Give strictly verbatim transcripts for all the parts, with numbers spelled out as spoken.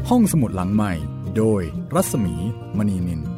ห้องสมุดหลังใหม่โดยรัศมีมณีนิน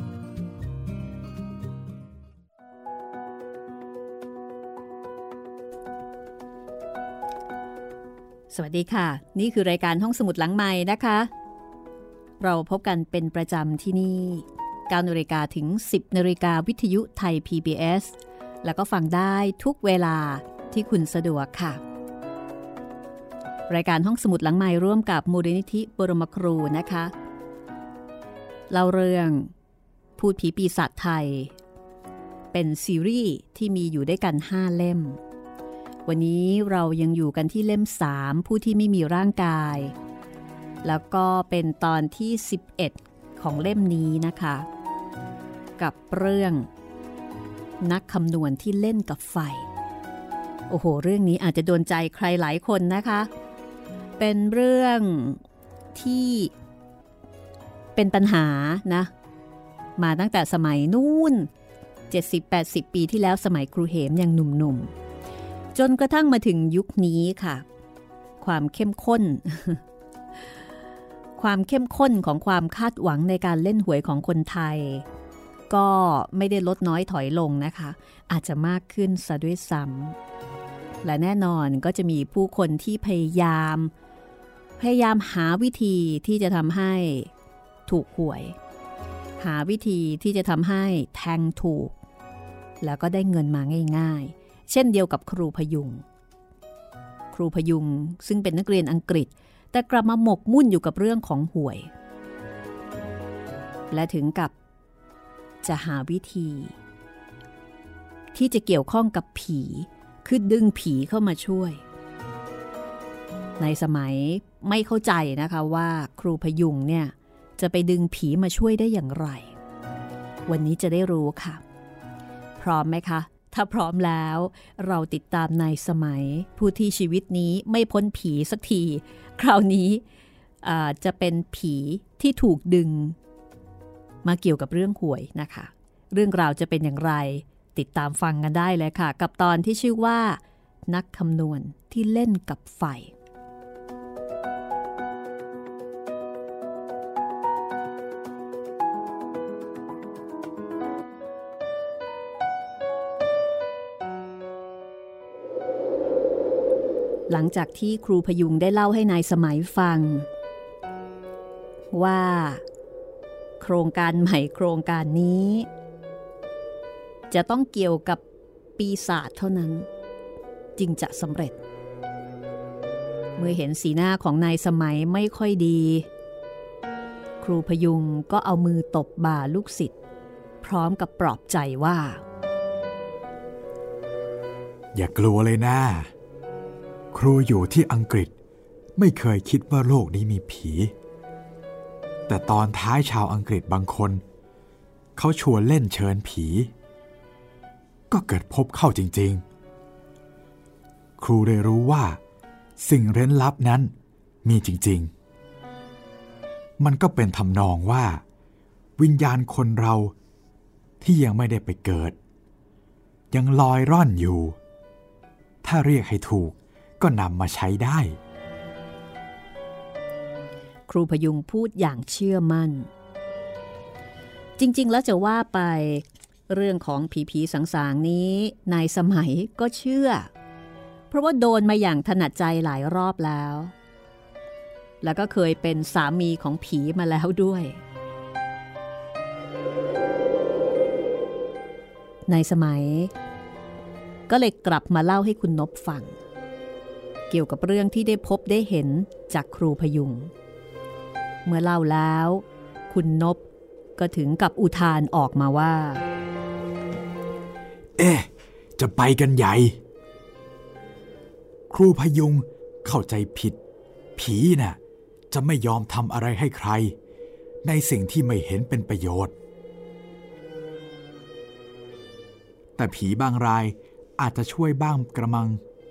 สวัสดีค่ะนี่คือรายการห้องสมุดหลังใหม่นะคะเราพบกันเป็นประจำที่นี่ เก้านาฬิกาถึง สิบนาฬิกาวิทยุไทย พี บี เอส แล้วก็ฟังได้ทุกเวลาที่คุณสะดวกค่ะรายการห้องสมุดหลังใหม่ร่วมกับมูลนิธิบรมครูนะคะเล่าเรื่องพูดผีปีศาจไทยเป็นซีรีส์ที่มีอยู่ด้วยกันห้าเล่มวันนี้เรายังอยู่กันที่เล่มสามผู้ที่ไม่มีร่างกายแล้วก็เป็นตอนที่สิบเอ็ดของเล่มนี้นะคะกับเรื่องนักคำนวณที่เล่นกับไฟโอ้โหเรื่องนี้อาจจะโดนใจใครหลายคนนะคะเป็นเรื่องที่เป็นปัญหานะมาตั้งแต่สมัยนู่น เจ็ดสิบแปดสิบ ปีที่แล้วสมัยครูเหมยังหนุ่มๆจนกระทั่งมาถึงยุคนี้ค่ะความเข้มข้น ความเข้มข้นของความคาดหวังในการเล่นหวยของคนไทยก็ไม่ได้ลดน้อยถอยลงนะคะอาจจะมากขึ้นซะด้วยซ้ำและแน่นอนก็จะมีผู้คนที่พยายามพยายามหาวิธีที่จะทำให้ถูกหวยหาวิธีที่จะทำให้แทงถูกแล้วก็ได้เงินมาง่ายๆเช่นเดียวกับครูพยุงครูพยุงซึ่งเป็นนักเรียนอังกฤษแต่กลับมาหมกมุ่นอยู่กับเรื่องของหวยและถึงกับจะหาวิธีที่จะเกี่ยวข้องกับผีคือดึงผีเข้ามาช่วยในสมัยไม่เข้าใจนะคะว่าครูพยุงเนี่ยจะไปดึงผีมาช่วยได้อย่างไรวันนี้จะได้รู้ค่ะพร้อมไหมคะถ้าพร้อมแล้วเราติดตามในสมัยผู้ที่ชีวิตนี้ไม่พ้นผีสักทีคราวนี้จะเป็นผีที่ถูกดึงมาเกี่ยวกับเรื่องหวยนะคะเรื่องราวจะเป็นอย่างไรติดตามฟังกันได้เลยค่ะกับตอนที่ชื่อว่านักคำนวณที่เล่นกับไฟหลังจากที่ครูพยุงได้เล่าให้นายสมัยฟังว่าโครงการใหม่โครงการนี้จะต้องเกี่ยวกับปีศาจเท่านั้นจึงจะสำเร็จเมื่อเห็นสีหน้าของนายสมัยไม่ค่อยดีครูพยุงก็เอามือตบบ่าลูกศิษย์พร้อมกับปลอบใจว่าอย่ากลัวเลยนะครูอยู่ที่อังกฤษไม่เคยคิดว่าโลกนี้มีผีแต่ตอนท้ายชาวอังกฤษบางคนเขาชวนเล่นเชิญผีก็เกิดพบเข้าจริงๆครูได้รู้ว่าสิ่งเร้นลับนั้นมีจริงๆมันก็เป็นทำนองว่าวิญญาณคนเราที่ยังไม่ได้ไปเกิดยังลอยร่อนอยู่ถ้าเรียกให้ถูกก็นำมาใช้ได้ครูพยุงพูดอย่างเชื่อมั่นจริงๆแล้วจะว่าไปเรื่องของผีๆสางๆนี้นายสมัยก็เชื่อเพราะว่าโดนมาอย่างถนัดใจหลายรอบแล้วแล้วก็เคยเป็นสามีของผีมาแล้วด้วยนายสมัยก็เลยกลับมาเล่าให้คุณนพฟังเกี่ยวกับเรื่องที่ได้พบได้เห็นจากครูพยุงเมื่อเล่าแล้วคุณนพก็ถึงกับอุทานออกมาว่าเอ๊ะจะไปกันใหญ่ครูพยุงเข้าใจผิดผีน่ะจะไม่ยอมทำอะไรให้ใครในสิ่งที่ไม่เห็นเป็นประโยชน์แต่ผีบางรายอาจจะช่วยบ้างกระมัง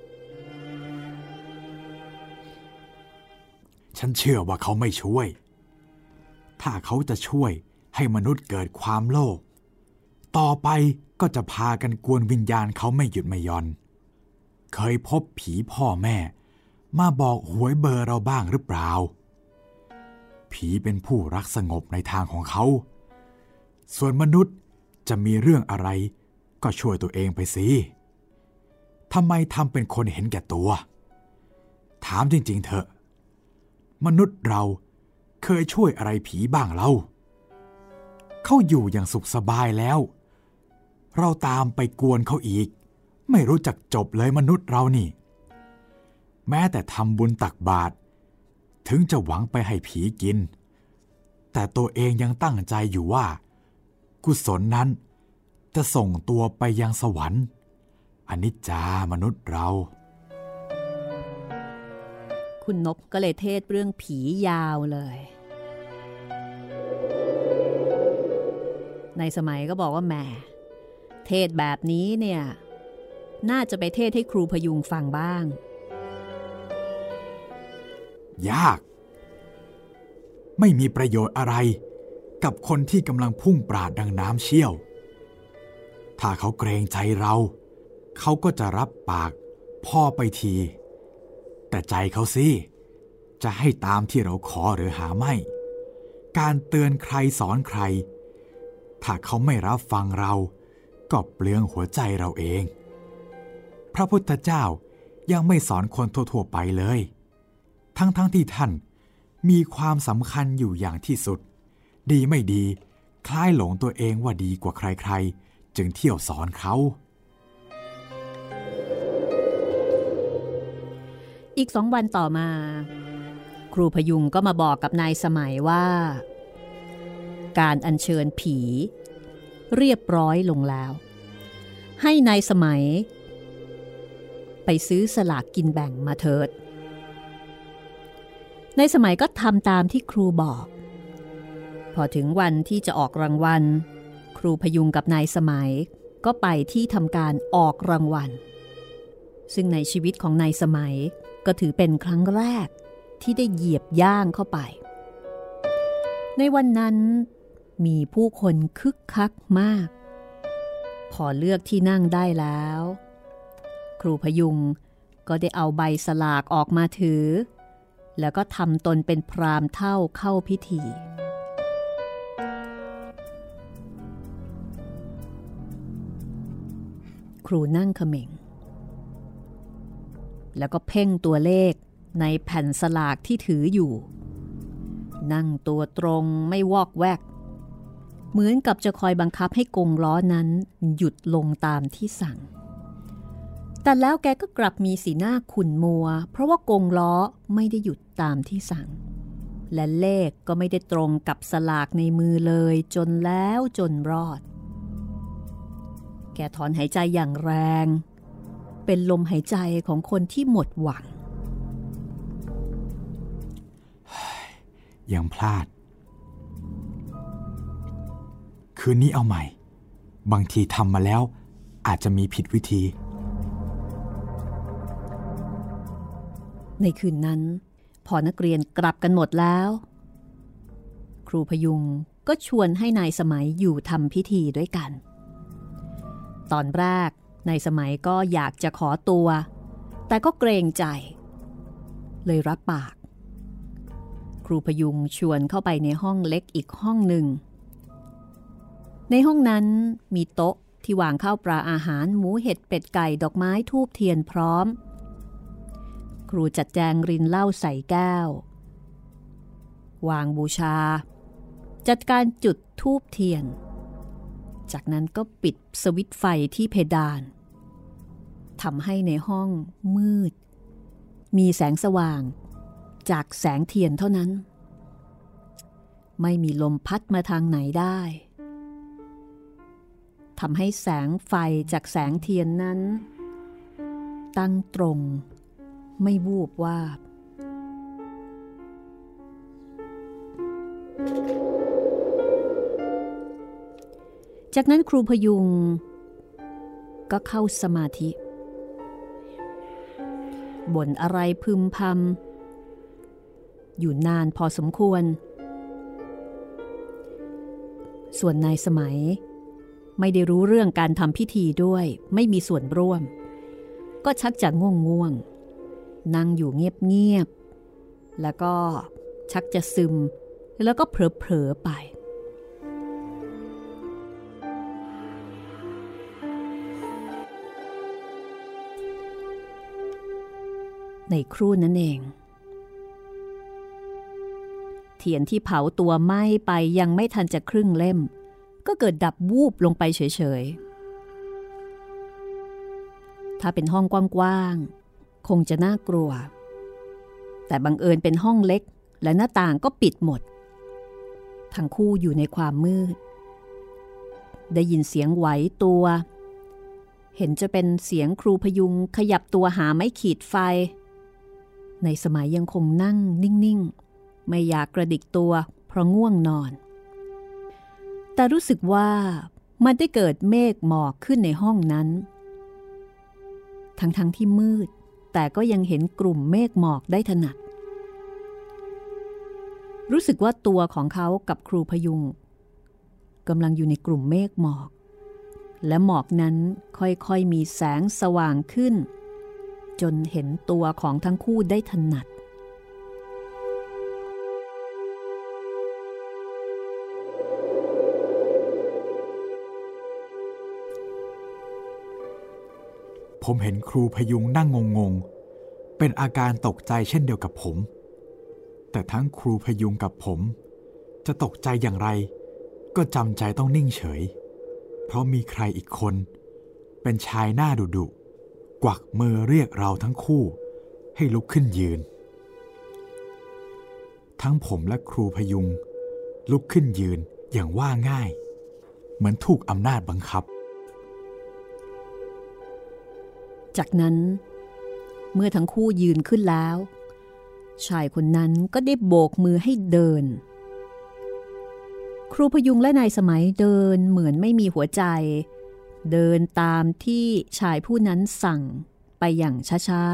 ฉันเชื่อว่าเขาไม่ช่วยถ้าเขาจะช่วยให้มนุษย์เกิดความโลภต่อไปก็จะพากันกวนวิญญาณเขาไม่หยุดไม่หย่อนเคยพบผีพ่อแม่มาบอกหวยเบอร์เราบ้างหรือเปล่าผีเป็นผู้รักสงบในทางของเขาส่วนมนุษย์จะมีเรื่องอะไรก็ช่วยตัวเองไปสิทำไมทำเป็นคนเห็นแก่ตัวถามจริงๆเถอะมนุษย์เราเคยช่วยอะไรผีบ้างเล่าเขาอยู่อย่างสุขสบายแล้วเราตามไปกวนเขาอีกไม่รู้จักจบเลยมนุษย์เรานี่แม้แต่ทำบุญตักบาตรถึงจะหวังไปให้ผีกินแต่ตัวเองยังตั้งใจอยู่ว่ากุศลนั้นจะส่งตัวไปยังสวรรค์อนิจจามนุษย์เราคุณนพก็เลยเทศเรื่องผียาวเลยในสมัยก็บอกว่าแหมเทศแบบนี้เนี่ยน่าจะไปเทศให้ครูพยุงฟังบ้างยากไม่มีประโยชน์อะไรกับคนที่กำลังพุ่งปราดดังน้ำเชี่ยวถ้าเขาเกรงใจเราเขาก็จะรับปากพ่อไปทีแต่ใจเขาสิจะให้ตามที่เราขอหรือหาไม่การเตือนใครสอนใครถ้าเขาไม่รับฟังเราก็เปลืองหัวใจเราเองพระพุทธเจ้ายังไม่สอนคนทั่วๆไปเลยทั้งๆ ท, ที่ท่านมีความสำคัญอยู่อย่างที่สุดดีไม่ดีคล้ายหลงตัวเองว่าดีกว่าใครๆจึงเที่ยวสอนเขาอีกสองวันต่อมาครูพยุงก็มาบอกกับนายสมัยว่าการอัญเชิญผีเรียบร้อยลงแล้วให้นายสมัยไปซื้อสลากกินแบ่งมาเถิดนายสมัยก็ทำตามที่ครูบอกพอถึงวันที่จะออกรางวัลครูพยุงกับนายสมัยก็ไปที่ทำการออกรางวัลซึ่งในชีวิตของนายสมัยก็ถือเป็นครั้งแรกที่ได้เหยียบย่างเข้าไปในวันนั้นมีผู้คนคึกคักมากพอเลือกที่นั่งได้แล้วครูพยุงก็ได้เอาใบสลากออกมาถือแล้วก็ทำตนเป็นพราหมณ์เฒ่าเข้าพิธีครูนั่งเขม่งแล้วก็เพ่งตัวเลขในแผ่นสลากที่ถืออยู่นั่งตัวตรงไม่วอกแวกเหมือนกับจะคอยบังคับให้กงล้อนั้นหยุดลงตามที่สั่งแต่แล้วแกก็กลับมีสีหน้าขุ่นมัวเพราะว่ากงล้อไม่ได้หยุดตามที่สั่งและเลขก็ไม่ได้ตรงกับสลากในมือเลยจนแล้วจนรอดแกถอนหายใจอย่างแรงเป็นลมหายใจของคนที่หมดหวังยังพลาดคืนนี้เอาใหม่บางทีทำมาแล้วอาจจะมีผิดวิธีในคืนนั้นพอนักเรียนกลับกันหมดแล้วครูพยุงก็ชวนให้นายสมัยอยู่ทำพิธีด้วยกันตอนแรกนายสมัยก็อยากจะขอตัวแต่ก็เกรงใจเลยรับปากครูพยุงชวนเข้าไปในห้องเล็กอีกห้องหนึ่งในห้องนั้นมีโต๊ะที่วางข้าวปลาอาหารหมูเห็ดเป็ดไก่ดอกไม้ธูปเทียนพร้อมครูจัดแจงรินเหล้าใส่แก้ววางบูชาจัดการจุดธูปเทียนจากนั้นก็ปิดสวิตช์ไฟที่เพดานทำให้ในห้องมืดมีแสงสว่างจากแสงเทียนเท่านั้นไม่มีลมพัดมาทางไหนได้ทำให้แสงไฟจากแสงเทียนนั้นตั้งตรงไม่วูบวาบจากนั้นครูพยุงก็เข้าสมาธิบ่นอะไรพึมพำอยู่นานพอสมควรส่วนนายสมัยไม่ได้รู้เรื่องการทำพิธีด้วยไม่มีส่วนร่วมก็ชักจะง่วงง่วงนั่งอยู่เงียบๆแล้วก็ชักจะซึมแล้วก็เผลอๆไปในครู่นั้นเองเทียนที่เผาตัวไหม้ไปยังไม่ทันจะครึ่งเล่มก็เกิดดับวูบลงไปเฉยๆถ้าเป็นห้องกว้างๆคงจะน่ากลัวแต่บังเอิญเป็นห้องเล็กและหน้าต่างก็ปิดหมดทั้งคู่อยู่ในความมืดได้ยินเสียงไหวตัวเห็นจะเป็นเสียงครูพยุงขยับตัวหาไม้ขีดไฟในสมัยยังคงนั่งนิ่งๆไม่อยากกระดิกตัวเพราะง่วงนอนแต่รู้สึกว่ามันได้เกิดเมฆหมอกขึ้นในห้องนั้นทั้งๆที่มืดแต่ก็ยังเห็นกลุ่มเมฆหมอกได้ถนัดรู้สึกว่าตัวของเขากับครูพยุงกำลังอยู่ในกลุ่มเมฆหมอกและหมอกนั้นค่อยๆมีแสงสว่างขึ้นจนเห็นตัวของทั้งคู่ได้ถนัดผมเห็นครูพยุงนั่งงงๆเป็นอาการตกใจเช่นเดียวกับผมแต่ทั้งครูพยุงกับผมจะตกใจอย่างไรก็จำใจต้องนิ่งเฉยเพราะมีใครอีกคนเป็นชายหน้าดุดุกวักมือเรียกเราทั้งคู่ให้ลุกขึ้นยืนทั้งผมและครูพยุงลุกขึ้นยืนอย่างว่าง่ายเหมือนถูกอำนาจบังคับจากนั้นเมื่อทั้งคู่ยืนขึ้นแล้วชายคนนั้นก็ได้โบกมือให้เดินครูพยุงและนายสมัยเดินเหมือนไม่มีหัวใจเดินตามที่ชายผู้นั้นสั่งไปอย่างช้า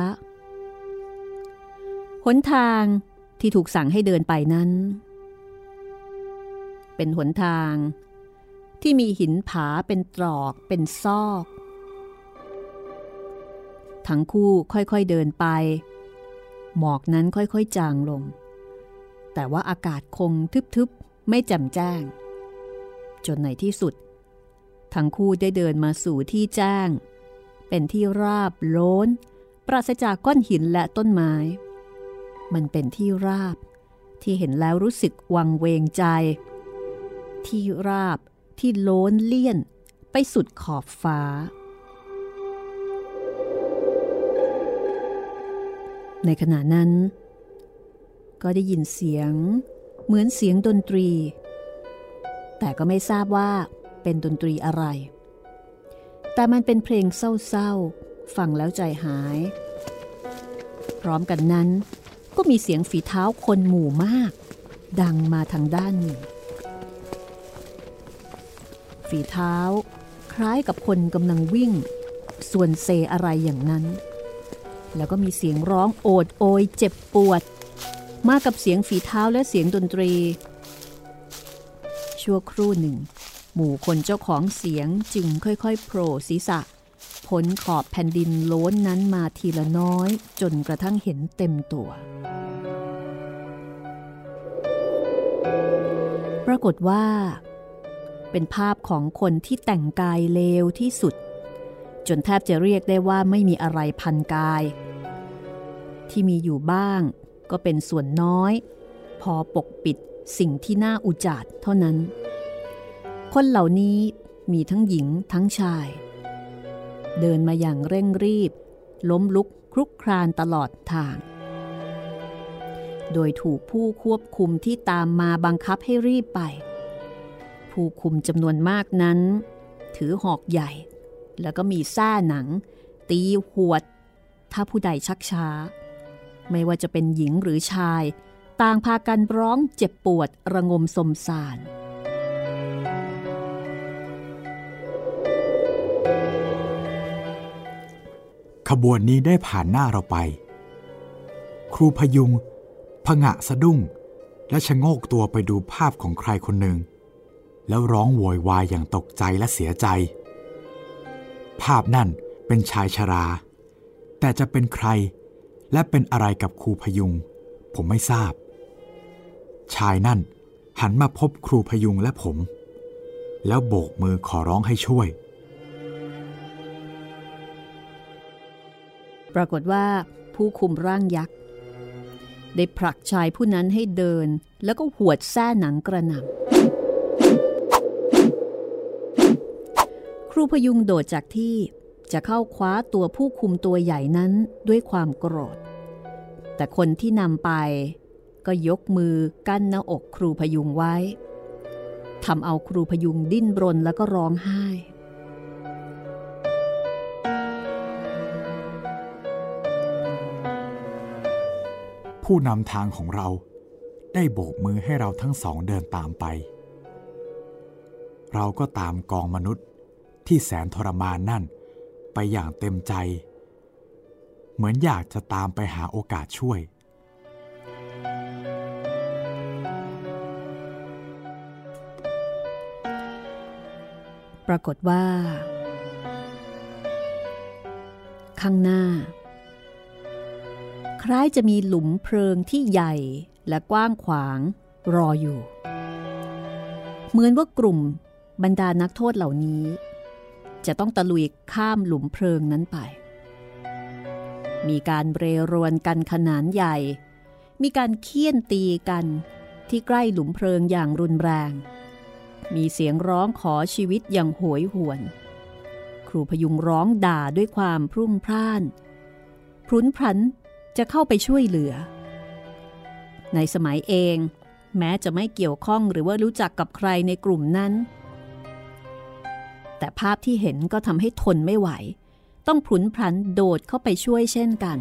ๆหนทางที่ถูกสั่งให้เดินไปนั้นเป็นหนทางที่มีหินผาเป็นตรอกเป็นซอกทั้งคู่ค่อยๆเดินไปหมอกนั้นค่อยๆจางลงแต่ว่าอากาศคงทึบๆไม่แจ่มแจ้งจนในที่สุดทั้งคู่ได้เดินมาสู่ที่แจ้งเป็นที่ราบโล้นปราศจากก้อนหินและต้นไม้มันเป็นที่ราบที่เห็นแล้วรู้สึกวังเวงใจที่ราบที่โล้นเลี่ยนไปสุดขอบฟ้าในขณะนั้นก็ได้ยินเสียงเหมือนเสียงดนตรีแต่ก็ไม่ทราบว่าเป็นดนตรีอะไรแต่มันเป็นเพลงเศร้าๆฟังแล้วใจหายพร้อมกันนั้นก็มีเสียงฝีเท้าคนหมู่มากดังมาทางด้านหนึ่งฝีเท้าคล้ายกับคนกำลังวิ่งส่วนเซอะไรอย่างนั้นแล้วก็มีเสียงร้องโอดโอยเจ็บปวดมากับเสียงฝีเท้าและเสียงดนตรีชั่วครู่หนึ่งหมู่คนเจ้าของเสียงจึงค่อยๆโผล่ศีรษะพ้นขอบแผ่นดินโล้นนั้นมาทีละน้อยจนกระทั่งเห็นเต็มตัวปรากฏว่าเป็นภาพของคนที่แต่งกายเลวที่สุดจนแทบจะเรียกได้ว่าไม่มีอะไรพันกายที่มีอยู่บ้างก็เป็นส่วนน้อยพอปกปิดสิ่งที่น่าอุจาดเท่านั้นคนเหล่านี้มีทั้งหญิงทั้งชายเดินมาอย่างเร่งรีบล้มลุกคลุกคลานตลอดทางโดยถูกผู้ควบคุมที่ตามมาบังคับให้รีบไปผู้คุมจำนวนมากนั้นถือหอกใหญ่แล้วก็มีซ่าหนังตีหวดถ้าผู้ใดชักช้าไม่ว่าจะเป็นหญิงหรือชายต่างพากันร้องเจ็บปวดระงมสมสารขบวนนี้ได้ผ่านหน้าเราไปครูพยุงผงะสะดุ้งและชะโงกตัวไปดูภาพของใครคนหนึ่งแล้วร้องโวยวายอย่างตกใจและเสียใจภาพนั่นเป็นชายชราแต่จะเป็นใครและเป็นอะไรกับครูพยุงผมไม่ทราบชายนั่นหันมาพบครูพยุงและผมแล้วโบกมือขอร้องให้ช่วยปรากฏว่าผู้คุมร่างยักษ์ได้ผลักชายผู้นั้นให้เดินแล้วก็หวดแส้หนังกระหน่ำครูพยุงโดดจากที่จะเข้าคว้าตัวผู้คุมตัวใหญ่นั้นด้วยความโกรธแต่คนที่นำไปก็ยกมือกั้นหน้าอกครูพยุงไว้ทำเอาครูพยุงดิ้นรนแล้วก็ร้องไห้ผู้นำทางของเราได้โบกมือให้เราทั้งสองเดินตามไปเราก็ตามกองมนุษย์ที่แสนทรมานนั่นไปอย่างเต็มใจเหมือนอยากจะตามไปหาโอกาสช่วยปรากฏว่าข้างหน้าคล้ายจะมีหลุมเพลิงที่ใหญ่และกว้างขวางรออยู่เหมือนว่ากลุ่มบรรดานักโทษเหล่านี้จะต้องตะลุยข้ามหลุมเพลิงนั้นไปมีการเรรวนกันขนาดใหญ่มีการเคี่ยนตีกันที่ใกล้หลุมเพลิงอย่างรุนแรงมีเสียงร้องขอชีวิตอย่างโหยหวนครูพยุงร้องด่าด้วยความพรุ่งพล่านพรุนพรันจะเข้าไปช่วยเหลือในสมัยเองแม้จะไม่เกี่ยวข้องหรือว่ารู้จักกับใครในกลุ่มนั้นแต่ภาพที่เห็นก็ทำให้ทนไม่ไหวต้องพรุนพรันโดดเข้าไปช่วยเช่นกัน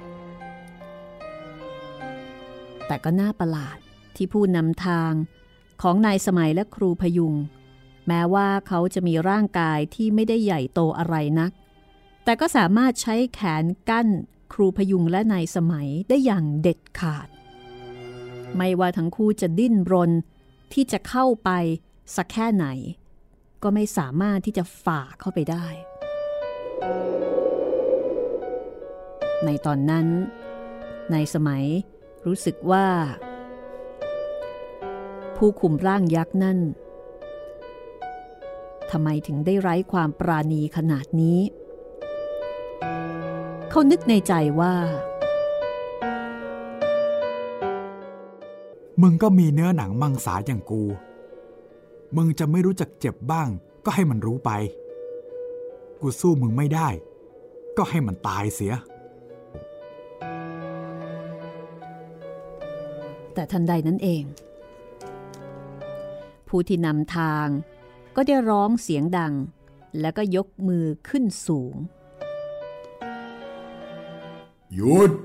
แต่ก็น่าประหลาดที่ผู้นำทางของนายสมัยและครูพยุงแม้ว่าเขาจะมีร่างกายที่ไม่ได้ใหญ่โตอะไรนักแต่ก็สามารถใช้แขนกั้นครูพยุงและนายสมัยได้อย่างเด็ดขาดไม่ว่าทั้งคู่จะดิ้นรนที่จะเข้าไปสักแค่ไหนก็ไม่สามารถที่จะฝ่าเข้าไปได้ในตอนนั้นนายสมัยรู้สึกว่าผู้คุมร่างยักษ์นั่นทำไมถึงได้ไร้ความปราณีขนาดนี้เขานึกในใจว่ามึงก็มีเนื้อหนังมังสาอย่างกูมึงจะไม่รู้จักเจ็บบ้างก็ให้มันรู้ไปกูสู้มึงไม่ได้ก็ให้มันตายเสียแต่ทันใดนั้นเองผู้ที่นำทางก็ได้ร้องเสียงดังแล้วก็ยกมือขึ้นสูงหยุด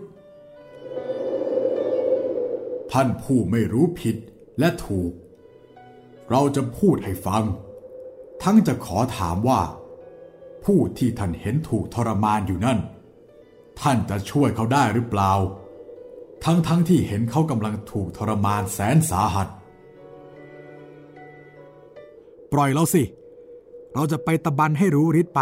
ท่านผู้ไม่รู้ผิดและถูกเราจะพูดให้ฟังทั้งจะขอถามว่าผู้ที่ท่านเห็นถูกทรมานอยู่นั่นท่านจะช่วยเขาได้หรือเปล่าทั้งทั้งที่เห็นเขากำลังถูกทรมานแสนสาหัสปล่อยเราสิเราจะไปตะบันให้รู้ฤทธิ์ไป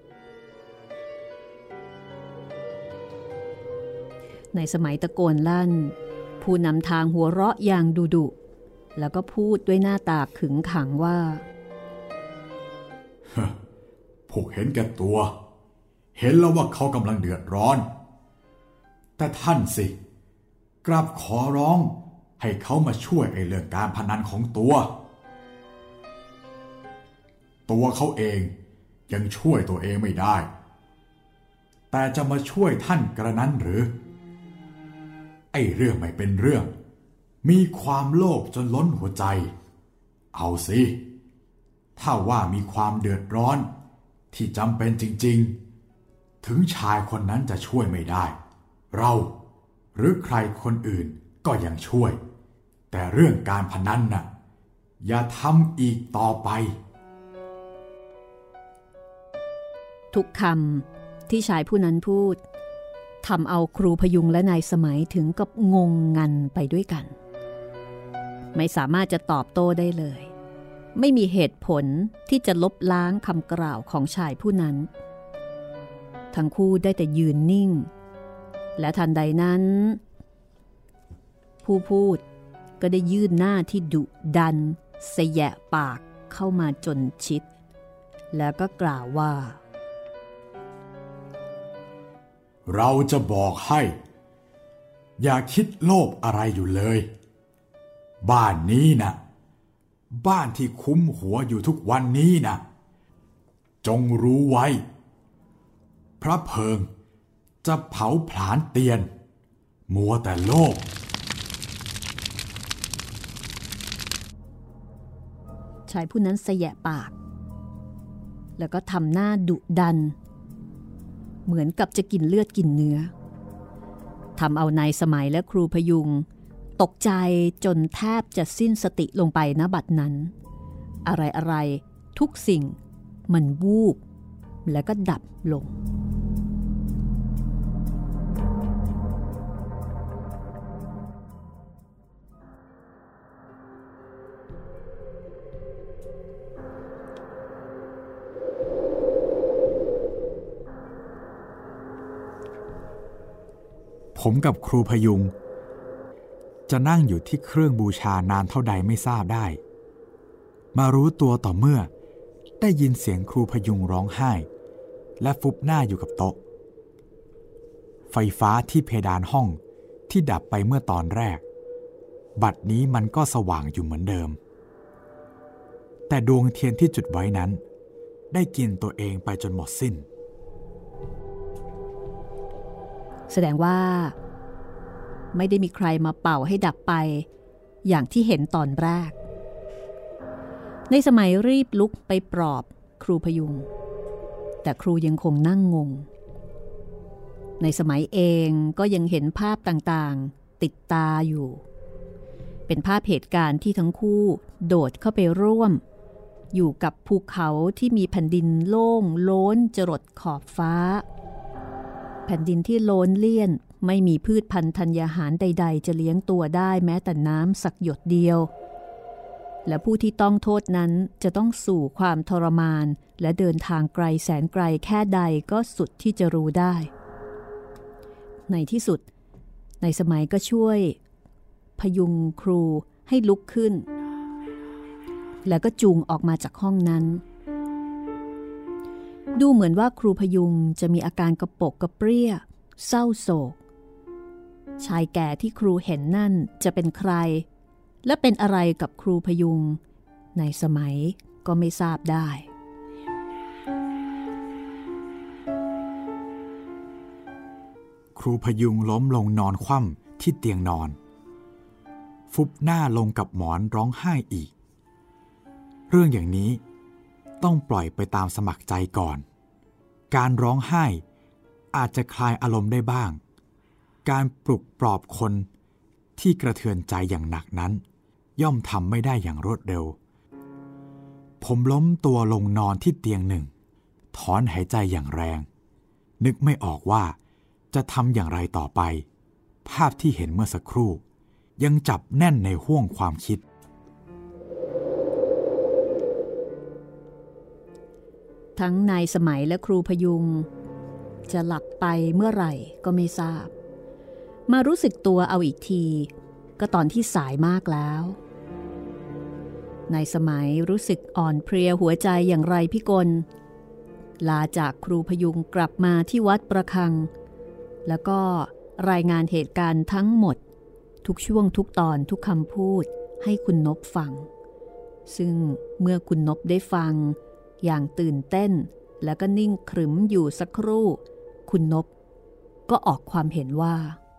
ในสมัยตะโกนลั่นผู้นำทางหัวเราะอย่างดุดุแล้วก็พูดด้วยหน้าตาขึงขังว่าพวกเห็นแก่ตัวเห็นแล้วว่าเขากำลังเดือดร้อนแต่ท่านสิกลับขอร้องให้เขามาช่วยไอ้เรื่องการพนันของตัวตัวเขาเองยังช่วยตัวเองไม่ได้แต่จะมาช่วยท่านกระนั้นหรือไอ้เรื่องไม่เป็นเรื่องมีความโลภจนล้นหัวใจเอาสิถ้าว่ามีความเดือดร้อนที่จำเป็นจริงๆถึงชายคนนั้นจะช่วยไม่ได้เราหรือใครคนอื่นก็ยังช่วยแต่เรื่องการพนันน่ะอย่าทำอีกต่อไปทุกคำที่ชายผู้นั้นพูดทำเอาครูพยุงและนายสมัยถึงกับงงงันไปด้วยกันไม่สามารถจะตอบโต้ได้เลยไม่มีเหตุผลที่จะลบล้างคำกล่าวของชายผู้นั้นทั้งคู่ได้แต่ยืนนิ่งและทันใดนั้นผู้พูดก็ได้ยื่นหน้าที่ดุดันเสยะปากเข้ามาจนชิดแล้วก็กล่าวว่าเราจะบอกให้อย่าคิดโลภอะไรอยู่เลยบ้านนี้นะบ้านที่คุ้มหัวอยู่ทุกวันนี้นะจงรู้ไว้พระเพลิงจะเผาผลาญเตียนมัวแต่โลภชายผู้นั้นเสยะปากแล้วก็ทำหน้าดุดันเหมือนกับจะกินเลือดกินเนื้อทำเอานายสมัยและครูพยุงตกใจจนแทบจะสิ้นสติลงไปณบัดนั้นอะไรอะไรทุกสิ่งมันวูบแล้วก็ดับลงผมกับครูพยุงจะนั่งอยู่ที่เครื่องบูชานานเท่าใดไม่ทราบได้มารู้ตัวต่อเมื่อได้ยินเสียงครูพยุงร้องไห้และฟุบหน้าอยู่กับโต๊ะไฟฟ้าที่เพดานห้องที่ดับไปเมื่อตอนแรกบัดนี้มันก็สว่างอยู่เหมือนเดิมแต่ดวงเทียนที่จุดไว้นั้นได้กินตัวเองไปจนหมดสิ้นแสดงว่าไม่ได้มีใครมาเป่าให้ดับไปอย่างที่เห็นตอนแรกในสมัยรีบลุกไปปลอบครูพยุงแต่ครูยังคงนั่งงงในสมัยเองก็ยังเห็นภาพต่างๆติดตาอยู่เป็นภาพเหตุการณ์ที่ทั้งคู่โดดเข้าไปร่วมอยู่กับภูเขาที่มีแผ่นดินโล่งโล้นจรดขอบฟ้าแผ่นดินที่โล้นเลี่ยนไม่มีพืชพันธุ์ธัญญาหารใดๆจะเลี้ยงตัวได้แม้แต่น้ำสักหยดเดียวและผู้ที่ต้องโทษนั้นจะต้องสู่ความทรมานและเดินทางไกลแสนไกลแค่ใดก็สุดที่จะรู้ได้ในที่สุดในสมัยก็ช่วยพยุงครูให้ลุกขึ้นแล้วก็จูงออกมาจากห้องนั้นดูเหมือนว่าครูพยุงจะมีอาการกระปกกระเปรี้ยเศร้าโศกชายแก่ที่ครูเห็นนั่นจะเป็นใครและเป็นอะไรกับครูพยุงในสมัยก็ไม่ทราบได้ครูพยุงล้มลงนอนคว่ำที่เตียงนอนฟุบหน้าลงกับหมอนร้องไห้อีกเรื่องอย่างนี้ต้องปล่อยไปตามสมัครใจก่อนการร้องไห้อาจจะคลายอารมณ์ได้บ้างการปลุกปลอบคนที่กระเทือนใจอย่างหนักนั้นย่อมทำไม่ได้อย่างรวดเร็วผมล้มตัวลงนอนที่เตียงหนึ่งถอนหายใจอย่างแรงนึกไม่ออกว่าจะทำอย่างไรต่อไปภาพที่เห็นเมื่อสักครู่ยังจับแน่นในห้วงความคิดทั้งนายสมัยและครูพยุงจะหลับไปเมื่อไหร่ก็ไม่ทราบมารู้สึกตัวเอาอีกทีก็ตอนที่สายมากแล้วนายสมัยรู้สึกอ่อนเพลียหัวใจอย่างไรพิกลลาจากครูพยุงกลับมาที่วัดประคังแล้วก็รายงานเหตุการณ์ทั้งหมดทุกช่วงทุกตอนทุกคำพูดให้คุณนพฟังซึ่งเมื่อคุณนพได้ฟังอย่างตื่นเต้นแล้วก็นิ่งขรึมอยู่สักครู่คุณนพก็ออกความเห็นว่า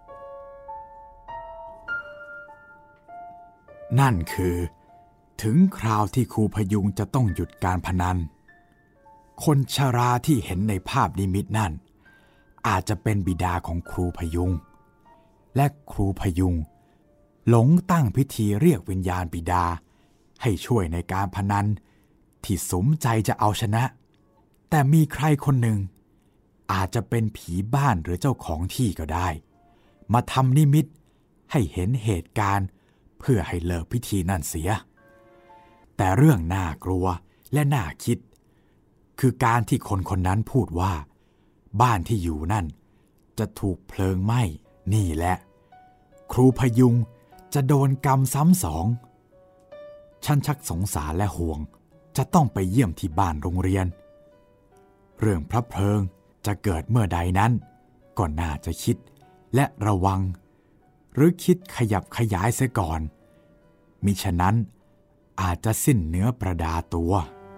นั่นคือถึงคราวที่ครูพยุงจะต้องหยุดการพนันคนชราที่เห็นในภาพนิมิตนั่นอาจจะเป็นบิดาของครูพยุงและครูพยุงหลงตั้งพิธีเรียกวิญญาณบิดาให้ช่วยในการพนันที่สมใจจะเอาชนะแต่มีใครคนหนึ่งอาจจะเป็นผีบ้านหรือเจ้าของที่ก็ได้มาทำนิมิตให้เห็นเหตุการณ์เพื่อให้เลิกพิธีนั่นเสียแต่เรื่องน่ากลัวและน่าคิดคือการที่คนคนนั้นพูดว่าบ้านที่อยู่นั่นจะถูกเพลิงไหม้นี่แหละครูพยุงจะโดนกรรมซ้ำสองฉันชักสงสารและห่วงจะต้องไปเยี่ยมที่บ้านโรงเรียนเรื่องพระเพลิงจะเกิดเมื่อใดนั้นก็น่าจะคิดและระวังหรือคิดขยับขยายเสียก่อนมิฉะนั้นอาจจะสิ้นเนื้อประดาตัว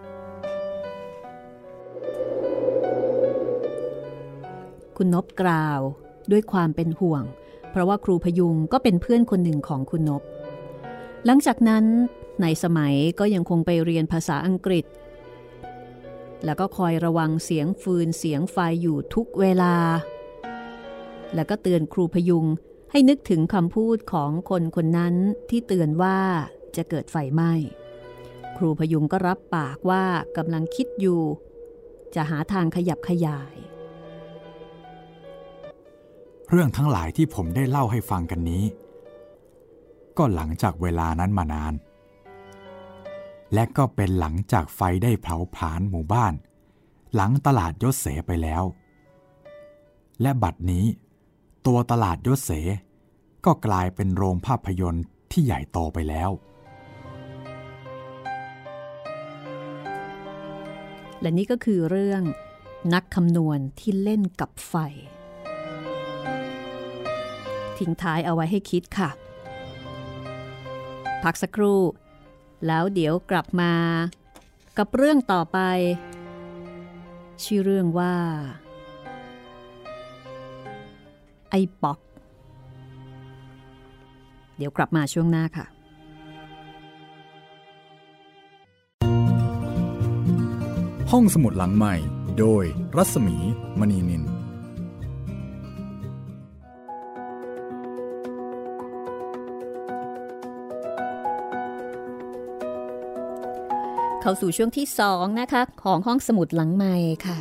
คุณนพกล่าวด้วยความเป็นห่วงเพราะว่าครูพยุงก็เป็นเพื่อนคนหนึ่งของคุณนพหลังจากนั้นในสมัยก็ยังคงไปเรียนภาษาอังกฤษแล้วก็คอยระวังเสียงฟืนเสียงไฟอยู่ทุกเวลาแล้วก็เตือนครูพยุงให้นึกถึงคำพูดของคนคนนั้นที่เตือนว่าจะเกิดไฟไหม้ครูพยุงก็รับปากว่ากำลังคิดอยู่จะหาทางขยับขยายเรื่องทั้งหลายที่ผมได้เล่าให้ฟังกันนี้ก็หลังจากเวลานั้นมานานและก็เป็นหลังจากไฟได้เผาผลาญหมู่บ้านหลังตลาดยศเสไปแล้วและบัดนี้ตัวตลาดยศเสก็กลายเป็นโรงภาพยนตร์ที่ใหญ่โตไปแล้วและนี่ก็คือเรื่องนักคำนวณที่เล่นกับไฟทิ้งท้ายเอาไว้ให้คิดค่ะพักสักครู่แล้วเดี๋ยวกลับมากับเรื่องต่อไปชื่อเรื่องว่าไอ้ป๊อกเดี๋ยวกลับมาช่วงหน้าค่ะห้องสมุดหลังใหม่โดยรัศมีมณีนินเข้าสู่ช่วงที่สองนะคะของห้องสมุดหลังใหม่ค่ะ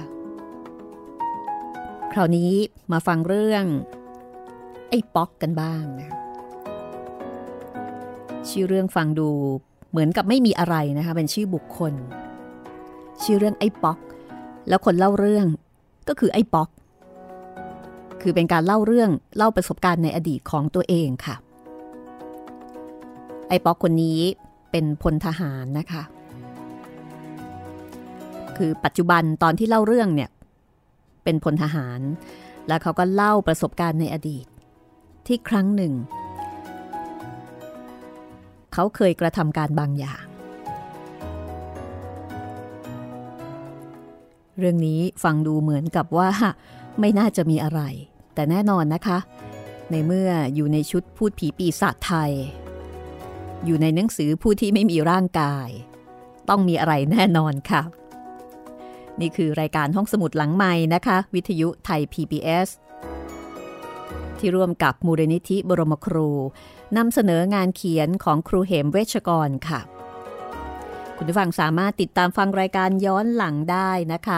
คราวนี้มาฟังเรื่องไอ้ป๊อกกันบ้างนะชื่อเรื่องฟังดูเหมือนกับไม่มีอะไรนะคะเป็นชื่อบุคคลชื่อเรื่องไอ้ป๊อกแล้วคนเล่าเรื่องก็คือไอ้ป๊อกคือเป็นการเล่าเรื่องเล่าประสบการณ์ในอดีตของตัวเองค่ะไอ้ป๊อกคนนี้เป็นพลทหารนะคะคือปัจจุบันตอนที่เล่าเรื่องเนี่ยเป็นพลทหารแล้วเขาก็เล่าประสบการณ์ในอดีตที่ครั้งหนึ่งเขาเคยกระทำการบางอย่างเรื่องนี้ฟังดูเหมือนกับว่าไม่น่าจะมีอะไรแต่แน่นอนนะคะในเมื่ออยู่ในชุดพูดผีปีศาจไทยอยู่ในหนังสือผู้ที่ไม่มีร่างกายต้องมีอะไรแน่นอนค่ะนี่คือรายการห้องสมุดหลังไมค์นะคะวิทยุไทย พี บี เอส ที่ร่วมกับมูลนิธิบรมครูนำเสนองานเขียนของครูเหมเวชกรค่ะคุณผู้ฟังสามารถติดตามฟังรายการย้อนหลังได้นะคะ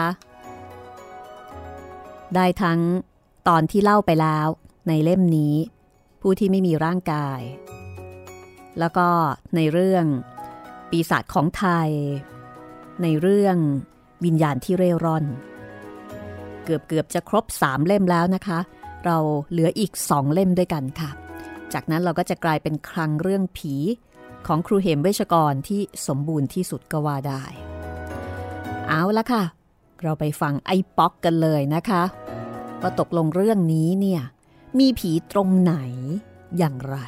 ได้ทั้งตอนที่เล่าไปแล้วในเล่มนี้ผู้ที่ไม่มีร่างกายแล้วก็ในเรื่องปีศาจของไทยในเรื่องวิญญาณที่เร่ร่อนเกือบเกือบจะครบสามเล่มแล้วนะคะเราเหลืออีกสองเล่มด้วยกันค่ะจากนั้นเราก็จะกลายเป็นคลังเรื่องผีของครูเหมเวชกรที่สมบูรณ์ที่สุดก็ว่าได้เอาละค่ะเราไปฟังไอ้ป๊อกกันเลยนะคะว่าตกลงเรื่องนี้เนี่ยมีผีตรงไหนอย่างไร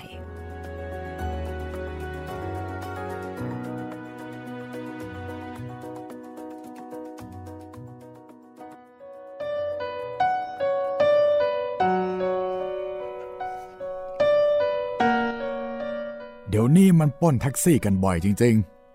เดี๋ยวนี้มันปล้นแท็กซี่กันบ่อยจริง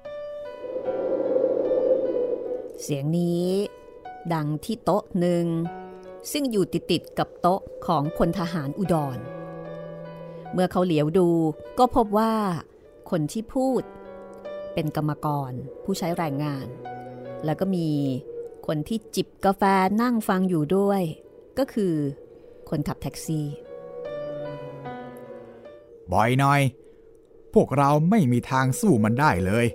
ๆเสียงนี้ดังที่โต๊ะหนึ่งซึ่งอยู่ติดๆกับโต๊ะของพลทหารอุดรเมื่อเขาเหลียวดูก็พบว่าคนที่พูดเป็นกรรมกรผู้ใช้แรงงานแล้วก็มีคนที่จิบกาแฟนั่งฟังอยู่ด้วยก็คือคนขับแท็กซี่บ่อยหน่อยพวกเราไม่มีทางสู้มันได้เลย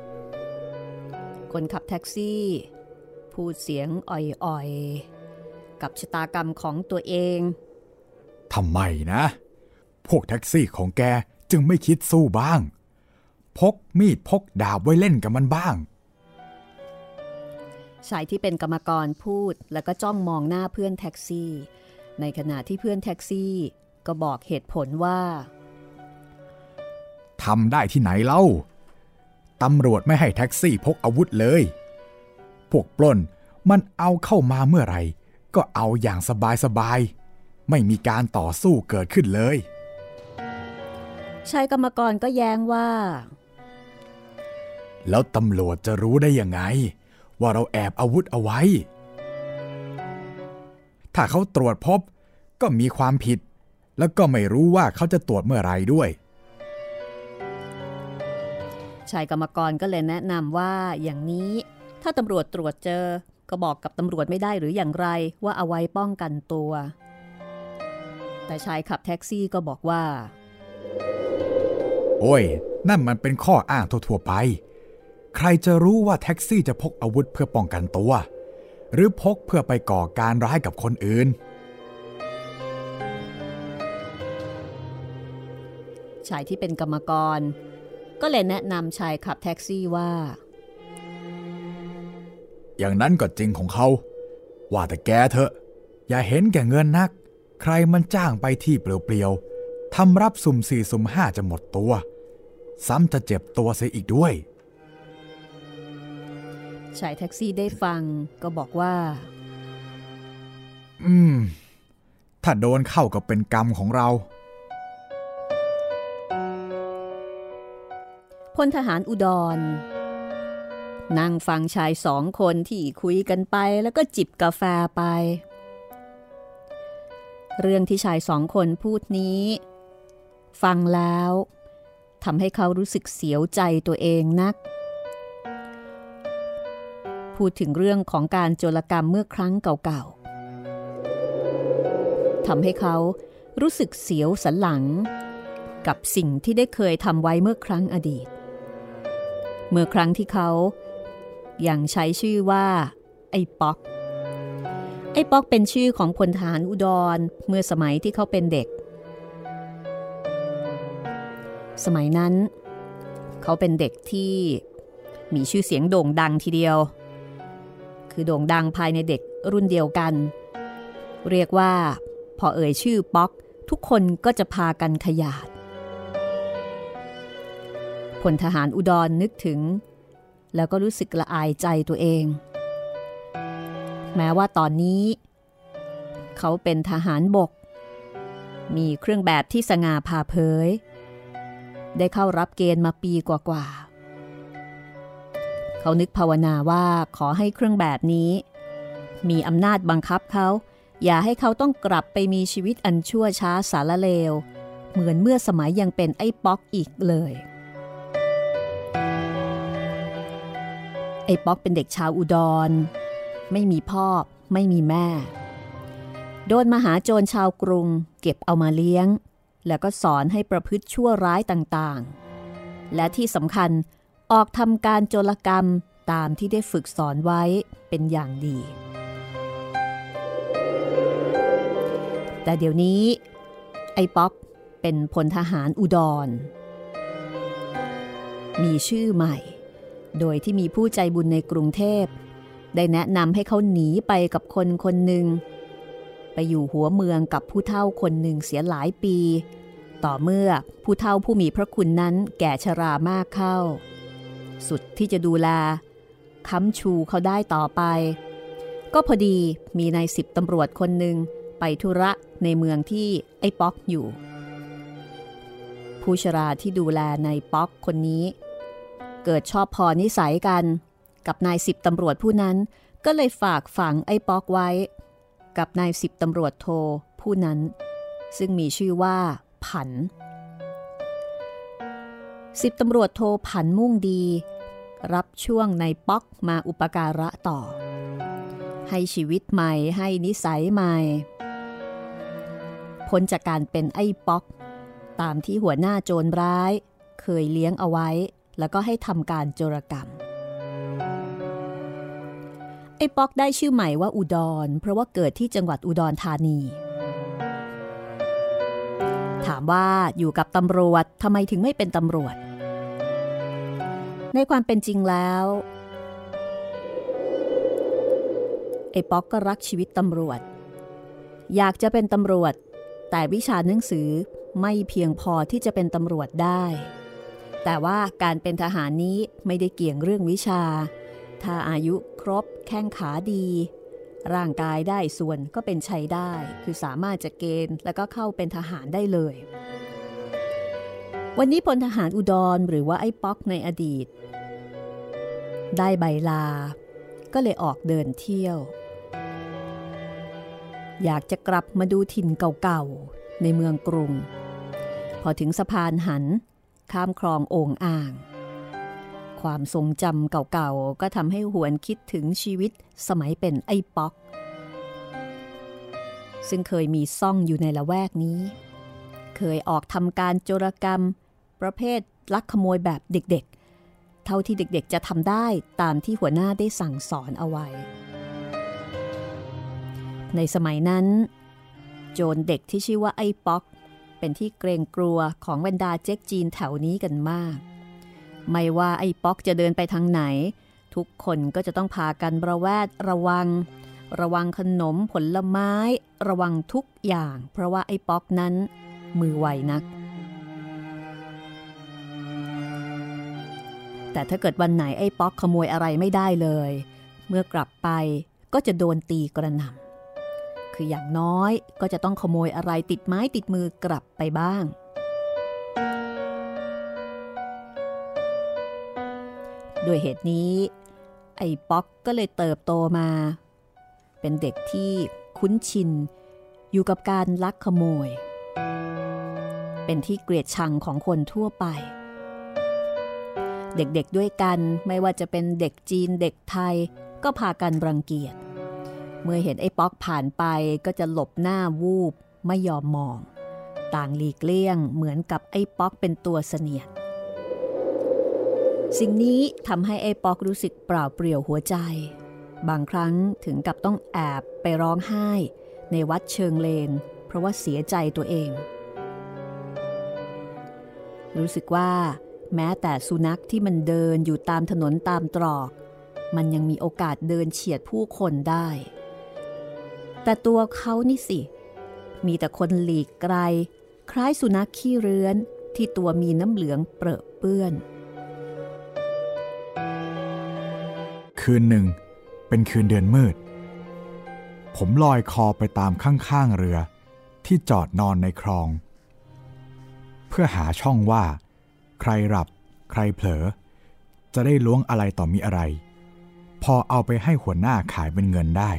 คนขับแท็กซี่พูดเสียงอ่อยๆกับชะตากรรมของตัวเองทำไมนะพวกแท็กซี่ของแกจึงไม่คิดสู้บ้างพกมีดพกดาบไว้เล่นกับมันบ้างชายที่เป็นกรรมกรพูดแล้วก็จ้องมองหน้าเพื่อนแท็กซี่ในขณะที่เพื่อนแท็กซี่ก็บอกเหตุผลว่าทำได้ที่ไหนเล่าตำรวจไม่ให้แท็กซี่พกอาวุธเลยพวกปล้นมันเอาเข้ามาเมื่อไหร่ก็เอาอย่างสบายๆไม่มีการต่อสู้เกิดขึ้นเลยชายกรรมกรก็แย้งว่าแล้วตำรวจจะรู้ได้ยังไงว่าเราแอบอาวุธเอาไว้ถ้าเขาตรวจพบก็มีความผิดแล้วก็ไม่รู้ว่าเขาจะตรวจเมื่อไหร่ด้วยชายกรรมกรก็เลยแนะนำว่าอย่างนี้ถ้าตำรวจตรวจเจอก็บอกกับตำรวจไม่ได้หรืออย่างไรว่าเอาไว้ป้องกันตัวแต่ชายขับแท็กซี่ก็บอกว่าโอ้ยนั่นมันเป็นข้ออ้างทั่วๆไปใครจะรู้ว่าแท็กซี่จะพกอาวุธเพื่อป้องกันตัวหรือพกเพื่อไปก่อการร้ายกับคนอื่นชายที่เป็นกรรมกรก็เลยแนะนำชายขับแท็กซี่ว่าอย่างนั้นก็จริงของเขาว่าแต่แกเถอะอย่าเห็นแก่เงินนักใครมันจ้างไปที่เปลี่ยวๆทำรับสุ่มสี่สุ่มห้าจะหมดตัวซ้ำจะเจ็บตัวเสียอีกด้วยชายแท็กซี่ได้ฟังก็บอกว่าอืมถ้าโดนเข้าก็เป็นกรรมของเราพลทหารอุดรนั่งฟังชายสองคนที่คุยกันไปแล้วก็จิบกาแฟไปเรื่องที่ชายสองคนพูดนี้ฟังแล้วทำให้เขารู้สึกเสียวใจตัวเองนักพูดถึงเรื่องของการโจรกรรมเมื่อครั้งเก่าๆทำให้เขารู้สึกเสียวสันหลังกับสิ่งที่ได้เคยทำไว้เมื่อครั้งอดีตเมื่อครั้งที่เขายังใช้ชื่อว่าไอ้ป๊อกไอ้ป๊อกเป็นชื่อของพลทหารอุดรเมื่อสมัยที่เขาเป็นเด็กสมัยนั้นเขาเป็นเด็กที่มีชื่อเสียงโด่งดังทีเดียวคือโด่งดังภายในเด็กรุ่นเดียวกันเรียกว่าพอเอ่ยชื่อป๊อกทุกคนก็จะพากันขยาดพลทหารอุดรนึกถึงแล้วก็รู้สึกละอายใจตัวเองแม้ว่าตอนนี้เขาเป็นทหารบกมีเครื่องแบบที่สง่าผ่าเผยได้เข้ารับเกณฑ์มาปีกว่าๆเขานึกภาวนาว่าขอให้เครื่องแบบนี้มีอำนาจบังคับเขาอย่าให้เขาต้องกลับไปมีชีวิตอันชั่วช้าสารเลวเหมือนเมื่อสมัยยังเป็นไอ้ป๊อกอีกเลยไอ้ป๊อกเป็นเด็กชาวอุดรไม่มีพ่อไม่มีแม่โดนมหาโจรชาวกรุงเก็บเอามาเลี้ยงแล้วก็สอนให้ประพฤติชั่วร้ายต่างๆและที่สำคัญออกทำการโจรกรรมตามที่ได้ฝึกสอนไว้เป็นอย่างดีแต่เดี๋ยวนี้ไอ้ป๊อกเป็นพลทหารอุดรมีชื่อใหม่โดยที่มีผู้ใจบุญในกรุงเทพได้แนะนำให้เขาหนีไปกับคนคนหนึ่งไปอยู่หัวเมืองกับผู้เฒ่าคนหนึ่งเสียหลายปีต่อเมื่อผู้เฒ่าผู้มีพระคุณนั้นแก่ชรามากเข้าสุดที่จะดูแลค้ำชูเขาได้ต่อไปก็พอดีมีนายสิบตำรวจคนหนึ่งไปธุระในเมืองที่ไอ้ป๊อกอยู่ผู้ชราที่ดูแลนายป๊อกคนนี้เกิดชอบพอนิสัยกันกับนายสิบตำรวจผู้นั้นก็เลยฝากฝังไอ้ป๊อกไว้กับนายสิบตำรวจโทผู้นั้นซึ่งมีชื่อว่าผันสิบตำรวจโทผันมุ่งดีรับช่วงนายป๊อกมาอุปการะต่อให้ชีวิตใหม่ให้นิสัยใหม่พ้นจากการเป็นไอ้ป๊อกตามที่หัวหน้าโจรร้ายเคยเลี้ยงเอาไว้แล้วก็ให้ทำการโจรกรรมไอ้ป๊อกได้ชื่อใหม่ว่าอุดรเพราะว่าเกิดที่จังหวัดอุดรธานีถามามว่าอยู่กับตำรวจทำไมถึงไม่เป็นตำรวจในความเป็นจริงแล้วไอ้ป๊อกก็รักชีวิตตำรวจอยากจะเป็นตำรวจแต่วิชาหนังสือไม่เพียงพอที่จะเป็นตำรวจได้แต่ว่าการเป็นทหารนี้ไม่ได้เกี่ยงเรื่องวิชาถ้าอายุครบแข้งขาดีร่างกายได้ส่วนก็เป็นชัยได้คือสามารถจะเกณฑ์แล้วก็เข้าเป็นทหารได้เลยวันนี้พลทหารอุดรหรือว่าไอ้ป๊อกในอดีตได้ใบลาก็เลยออกเดินเที่ยวอยากจะกลับมาดูถิ่นเก่าๆในเมืองกรุงพอถึงสะพานหันข้ามคลองโอ่งอ่างความทรงจำเก่าๆก็ทำให้หวนคิดถึงชีวิตสมัยเป็นไอ้ป๊อกซึ่งเคยมีซ่องอยู่ในละแวกนี้เคยออกทำการโจรกรรมประเภทลักขโมยแบบเด็กๆเท่าที่เด็กๆจะทำได้ตามที่หัวหน้าได้สั่งสอนเอาไว้ในสมัยนั้นโจรเด็กที่ชื่อว่าไอ้ป๊อกเป็นที่เกรงกลัวของบรรดาเจ๊กจีนแถวนี้กันมากไม่ว่าไอ้ป๊อกจะเดินไปทางไหนทุกคนก็จะต้องพากันระแวดระวังระวังขนมผลไม้ระวังทุกอย่างเพราะว่าไอ้ป๊อกนั้นมือไวนักแต่ถ้าเกิดวันไหนไอ้ป๊อกขโมยอะไรไม่ได้เลยเมื่อกลับไปก็จะโดนตีกระหน่ำคืออย่างน้อยก็จะต้องขโมยอะไรติดไม้ติดมือกลับไปบ้างด้วยเหตุนี้ไอ้ป๊อกก็เลยเติบโตมาเป็นเด็กที่คุ้นชินอยู่กับการลักขโมยเป็นที่เกลียดชังของคนทั่วไปเด็กๆด้วยกันไม่ว่าจะเป็นเด็กจีนเด็กไทยก็พากันรังเกียจเมื่อเห็นไอ้ป๊อกผ่านไปก็จะหลบหน้าวูบไม่ยอมมองต่างหลีกเลี่ยงเหมือนกับไอ้ป๊อกเป็นตัวเสนียดสิ่งนี้ทำให้ไอ้ป๊อกรู้สึกเปล่าเปลี่ยวหัวใจบางครั้งถึงกับต้องแอบไปร้องไห้ในวัดเชิงเลนเพราะว่าเสียใจตัวเองรู้สึกว่าแม้แต่สุนัขที่มันเดินอยู่ตามถนนตามตรอกมันยังมีโอกาสเดินเฉียดผู้คนได้แต่ตัวเขานี่สิมีแต่คนหลีกไกลคล้ายสุนัขขี้เรื้อนที่ตัวมีน้ำเหลืองเปรอะเปื้อนคืนหนึ่งเป็นคืนเดือนมืดผมลอยคอไปตามข้างๆเรือที่จอดนอนในคลองเพื่อหาช่องว่าใครหลับใครเผลอจะได้ล้วงอะไรต่อมีอะไรพอเอาไปให้หัวหน้าขายเป็นเงินได้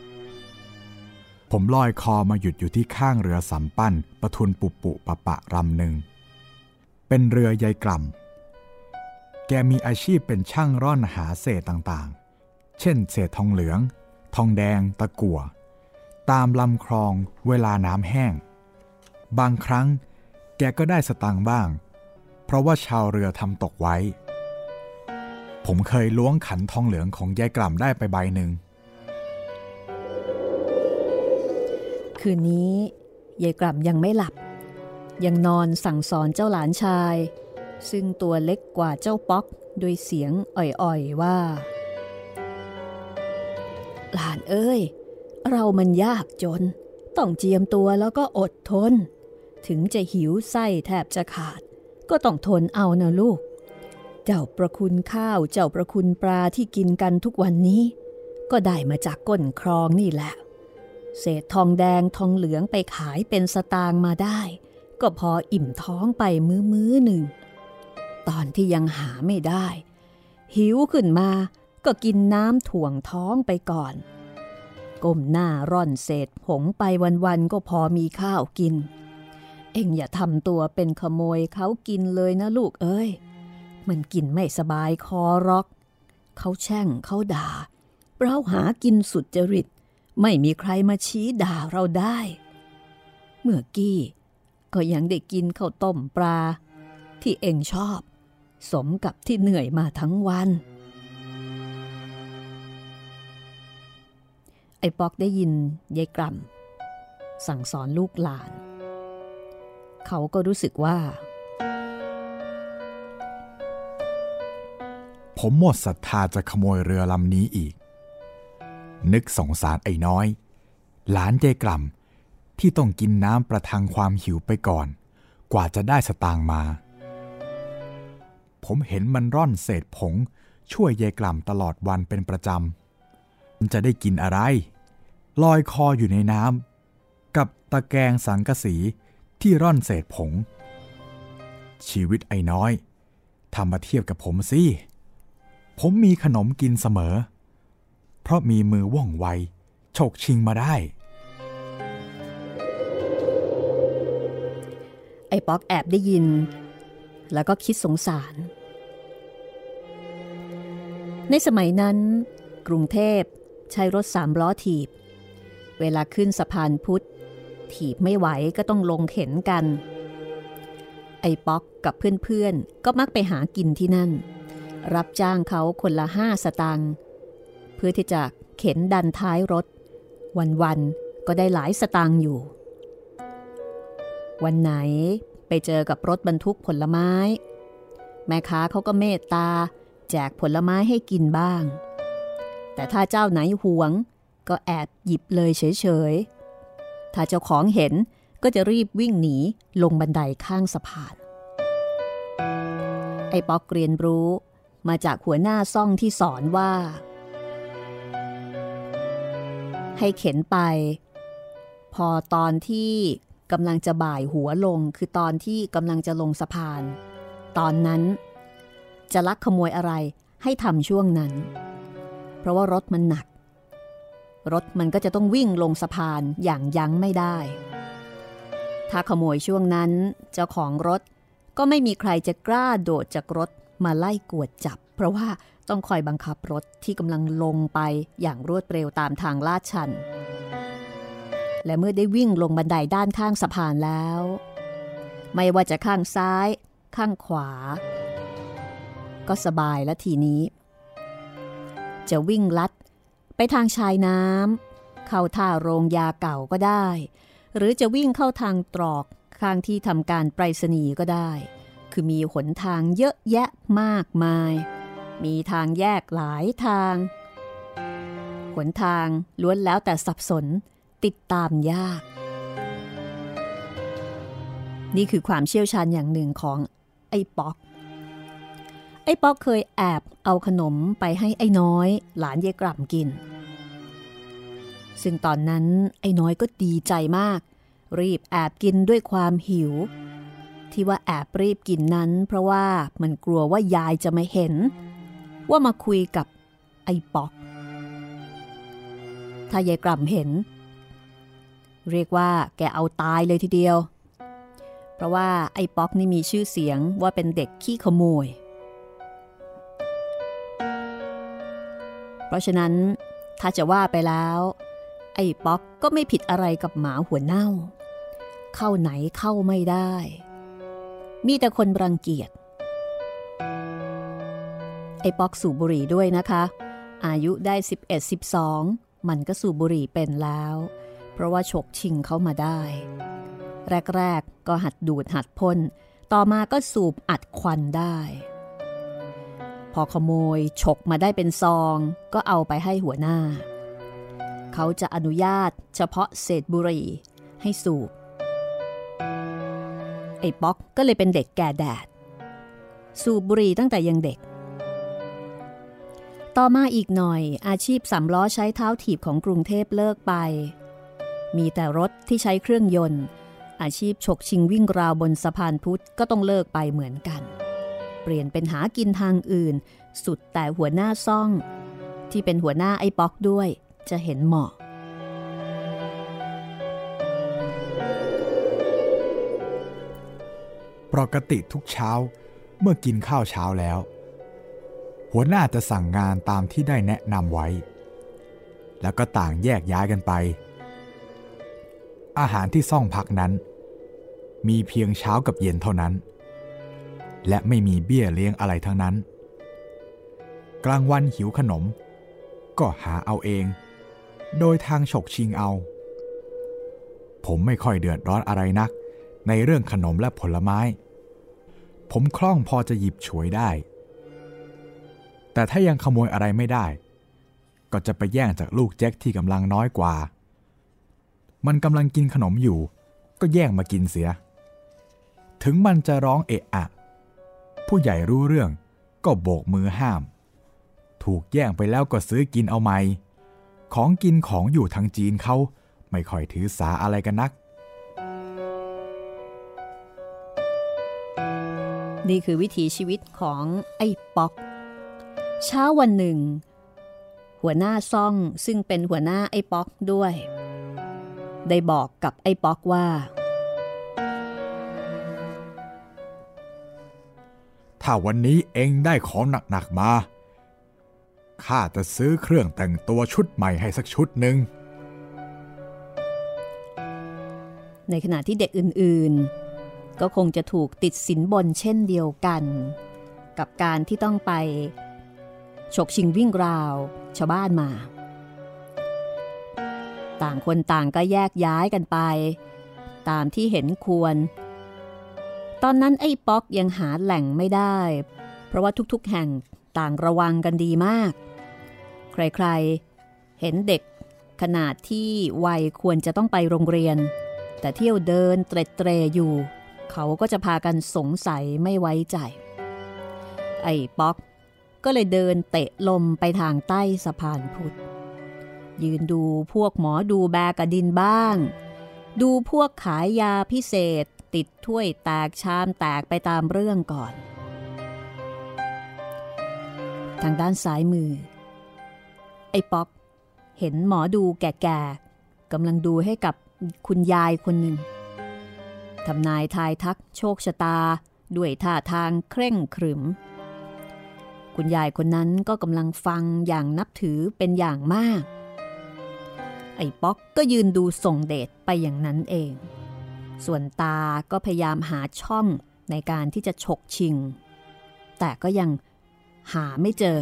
ผมลอยคอมาหยุดอยู่ที่ข้างเรือสำปั้นปะทุนปุปุปะปะลำหนึ่งเป็นเรือยายกล่ำแกมีอาชีพเป็นช่างร่อนหาเศษต่างๆเช่นเศษทองเหลืองทองแดงตะกั่วตามลำคลองเวลาน้ำแห้งบางครั้งแกก็ได้สตางค์บ้างเพราะว่าชาวเรือทำตกไว้ผมเคยล้วงขันทองเหลืองของยายกล่ำได้ไปใบหนึ่งคืนนี้ยายกล่ำยังไม่หลับยังนอนสั่งสอนเจ้าหลานชายซึ่งตัวเล็กกว่าเจ้าป๊อกด้วยเสียงอ่อยๆว่าหลานเอ้ยเรามันยากจนต้องเจียมตัวแล้วก็อดทนถึงจะหิวไส้แทบจะขาดก็ต้องทนเอานะลูกเจ้าประคุณข้าวเจ้าประคุณปลาที่กินกันทุกวันนี้ก็ได้มาจากก้นคลองนี่แหละเศษทองแดงทองเหลืองไปขายเป็นสตางค์มาได้ก็พออิ่มท้องไปมื้อมื้อหนึ่งตอนที่ยังหาไม่ได้หิวขึ้นมาก็กินน้ำถ่วงท้องไปก่อนก้มหน้าร่อนเศษผงไปวันๆก็พอมีข้าวกินเอ็งอย่าทำตัวเป็นขโมยเขากินเลยนะลูกเอ้ยมันกินไม่สบายคอหรอกเขาแช่งเขาด่าเราหากินสุดจริตไม่มีใครมาชี้ด่าเราได้เมื่อกี้ก็ยังได้กินข้าวต้มปลาที่เอ็งชอบสมกับที่เหนื่อยมาทั้งวันไอ้ป๊อกได้ยินยายกล่ำสั่งสอนลูกหลานเขาก็รู้สึกว่าผมหมดศรัทธาจะขโมยเรือลำนี้อีกนึกสงสารไอ้น้อยหลานยายกล่ำที่ต้องกินน้ำประทังความหิวไปก่อนกว่าจะได้สตางค์มาผมเห็นมันร่อนเศษผงช่วยยายกล่ำตลอดวันเป็นประจำมันจะได้กินอะไรลอยคออยู่ในน้ำกับตะแกรงสังกะสีที่ร่อนเศษผงชีวิตไอ้น้อยทำมาเทียบกับผมสิผมมีขนมกินเสมอเพราะมีมือว่องไวฉกชิงมาได้ไอ้ป๊อกแอบได้ยินแล้วก็คิดสงสารในสมัยนั้นกรุงเทพใช้รถสามล้อถีบเวลาขึ้นสะพานพุทธถีบไม่ไหวก็ต้องลงเข็นกันไอ้ป๊อกกับเพื่อนๆก็มักไปหากินที่นั่นรับจ้างเขาคนละห้าสตางค์เพื่อที่จะเข็นดันท้ายรถวันๆก็ได้หลายสตางค์อยู่วันไหนไปเจอกับรถบรรทุกผลไม้แม่ค้าเขาก็เมตตาแจกผลไม้ให้กินบ้างแต่ถ้าเจ้าไหนหวงก็แอบหยิบเลยเฉยๆถ้าเจ้าของเห็นก็จะรีบวิ่งหนีลงบันไดข้างสะพานไอ้ป๊อกเรียนรู้มาจากหัวหน้าซ่องที่สอนว่าให้เข็นไปพอตอนที่กำลังจะบ่ายหัวลงคือตอนที่กำลังจะลงสะพานตอนนั้นจะลักขโมยอะไรให้ทำช่วงนั้นเพราะว่ารถมันหนักรถมันก็จะต้องวิ่งลงสะพานอย่างยั้งไม่ได้ถ้าขโมยช่วงนั้นเจ้าของรถก็ไม่มีใครจะกล้าโดดจากรถมาไล่กวดจับเพราะว่าต้องคอยบังคับรถที่กำลังลงไปอย่างรวดเร็วตามทางลาดชันและเมื่อได้วิ่งลงบันไดด้านข้างสะพานแล้วไม่ว่าจะข้างซ้ายข้างขวาก็สบายและทีนี้จะวิ่งลัดไปทางชายน้ำเข้าท่าโรงยาเก่าก็ได้หรือจะวิ่งเข้าทางตรอกข้างที่ทำการไปรษณีย์ก็ได้คือมีหนทางเยอะแยะมากมายมีทางแยกหลายทางหนทางล้วนแล้วแต่สับสนติดตามยากนี่คือความเชี่ยวชาญอย่างหนึ่งของไอ้ป๊อกไอ้ป๊อกเคยแอบเอาขนมไปให้ไอ้น้อยหลานยายกล่ำกินซึ่งตอนนั้นไอ้น้อยก็ดีใจมากรีบแอบกินด้วยความหิวที่ว่าแอบรีบกินนั้นเพราะว่ามันกลัวว่ายายจะไม่เห็นว่ามาคุยกับไอ้ป๊อกถ้ายายกล่ำเห็นเรียกว่าแกเอาตายเลยทีเดียวเพราะว่าไอ้ป๊อกนี่มีชื่อเสียงว่าเป็นเด็กขี้ขโมยเพราะฉะนั้นถ้าจะว่าไปแล้วไอ้ป๊อกก็ไม่ผิดอะไรกับหมาหัวเน่าเข้าไหนเข้าไม่ได้มีแต่คนรังเกียจไอ้ป๊อกสูบบุหรี่ด้วยนะคะอายุได้สิบเอ็ด สิบสองมันก็สูบบุหรี่เป็นแล้วเพราะว่าฉกชิงเข้ามาได้แรกๆก็หัดดูดหัดพ่นต่อมาก็สูบอัดควันได้พอขโมยฉกมาได้เป็นซองก็เอาไปให้หัวหน้าเขาจะอนุญาตเฉพาะเศษบุหรี่ให้สูบไอ้ป๊อกก็เลยเป็นเด็กแก่แดดสูบบุหรี่ตั้งแต่ยังเด็กต่อมาอีกหน่อยอาชีพสามล้อใช้เท้าถีบของกรุงเทพเลิกไปมีแต่รถที่ใช้เครื่องยนต์อาชีพฉกชิงวิ่งราวบนสะพานพุทธก็ต้องเลิกไปเหมือนกันเปลี่ยนเป็นหากินทางอื่นสุดแต่หัวหน้าซ่องที่เป็นหัวหน้าไอ้ป๊อกด้วยจะเห็นเหมาะปกติทุกเช้าเมื่อกินข้าวเช้าแล้วหัวหน้าจะสั่งงานตามที่ได้แนะนำไว้แล้วก็ต่างแยกย้ายกันไปอาหารที่ซ่องพักนั้นมีเพียงเช้ากับเย็นเท่านั้นและไม่มีเบี้ยเลี้ยงอะไรทั้งนั้นกลางวันหิวขนมก็หาเอาเองโดยทางฉกชิงเอาผมไม่ค่อยเดือดร้อนอะไรนักในเรื่องขนมและผลไม้ผมคล่องพอจะหยิบฉวยได้แต่ถ้ายังขโมยอะไรไม่ได้ก็จะไปแย่งจากลูกแจ็คที่กำลังน้อยกว่ามันกำลังกินขนมอยู่ก็แย่งมากินเสียถึงมันจะร้องเอะอะผู้ใหญ่รู้เรื่องก็โบกมือห้ามถูกแย่งไปแล้วก็ซื้อกินเอาใหม่ของกินของอยู่ทางจีนเขาไม่ค่อยถือสาอะไรกันนักนี่คือวิถีชีวิตของไอ้ป๊อกเช้าวันหนึ่งหัวหน้าซ่องซึ่งเป็นหัวหน้าไอ้ป๊อกด้วยได้บอกกับไอ้ป๊อกว่าถ้าวันนี้เองได้ของหนักๆมาข้าจะซื้อเครื่องแต่งตัวชุดใหม่ให้สักชุดหนึ่งในขณะที่เด็กอื่นๆก็คงจะถูกติดสินบนเช่นเดียวกันกับการที่ต้องไปฉกชิงวิ่งราวชาวบ้านมาต่างคนต่างก็แยกย้ายกันไปตามที่เห็นควรตอนนั้นไอ้ป๊อกยังหาแหล่งไม่ได้เพราะว่าทุกๆแห่งต่างระวังกันดีมากใครๆเห็นเด็กขนาดที่วัยควรจะต้องไปโรงเรียนแต่เที่ยวเดินเตร็ดเตร่อยู่เขาก็จะพากันสงสัยไม่ไว้ใจไอ้ป๊อกก็เลยเดินเตะลมไปทางใต้สะพานพุทธยืนดูพวกหมอดูแบกดินบ้างดูพวกขายยาพิเศษติดถ้วยแตกชามแตกไปตามเรื่องก่อนทางด้านซ้ายมือไอ้ป๊อกเห็นหมอดูแก่ๆกำลังดูให้กับคุณยายคนหนึ่งทำนายทายทักโชคชะตาด้วยท่าทางเคร่งขรึมคุณยายคนนั้นก็กำลังฟังอย่างนับถือเป็นอย่างมากไอ้ป๊อกก็ยืนดูส่งเดชไปอย่างนั้นเองส่วนตาก็พยายามหาช่องในการที่จะฉกชิงแต่ก็ยังหาไม่เจอ